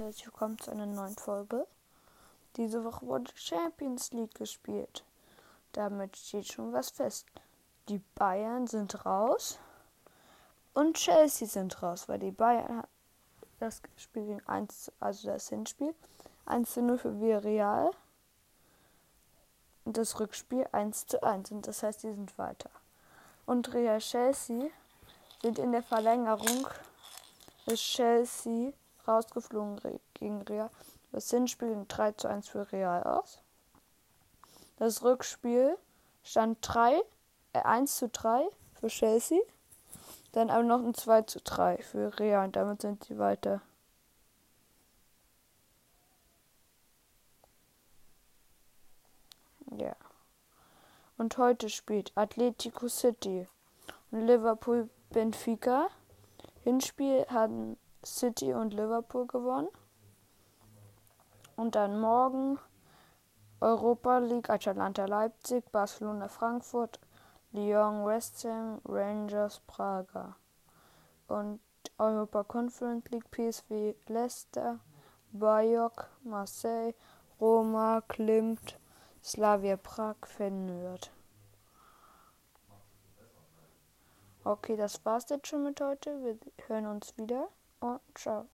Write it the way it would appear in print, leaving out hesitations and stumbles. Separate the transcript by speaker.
Speaker 1: herzlich willkommen zu einer neuen Folge. Diese Woche wurde Champions League gespielt. Damit steht schon was fest. Die Bayern sind raus und Chelsea sind raus, weil die Bayern das Spiel gegen das Hinspiel 1:0 für Villarreal und das Rückspiel 1:1 und das heißt, die sind weiter. Und Real Chelsea sind in der Verlängerung ist Chelsea rausgeflogen gegen Real. Das Hinspiel ging 3:1 für Real aus. Das Rückspiel stand 1:3 für Chelsea. Dann aber noch ein 2:3 für Real und damit sind sie weiter. Ja. Und heute spielt Atletico City und Liverpool Benfica. Hinspiel hatten City und Liverpool gewonnen. Und dann morgen Europa League, Atalanta Leipzig, Barcelona Frankfurt, Lyon West Ham, Rangers Praga. Und Europa Conference League, PSV Leicester, Bayok, Marseille, Roma, Klimt, Slavia Prag, Feyenoord. Okay, das war's jetzt schon mit heute. Wir hören uns wieder und ciao.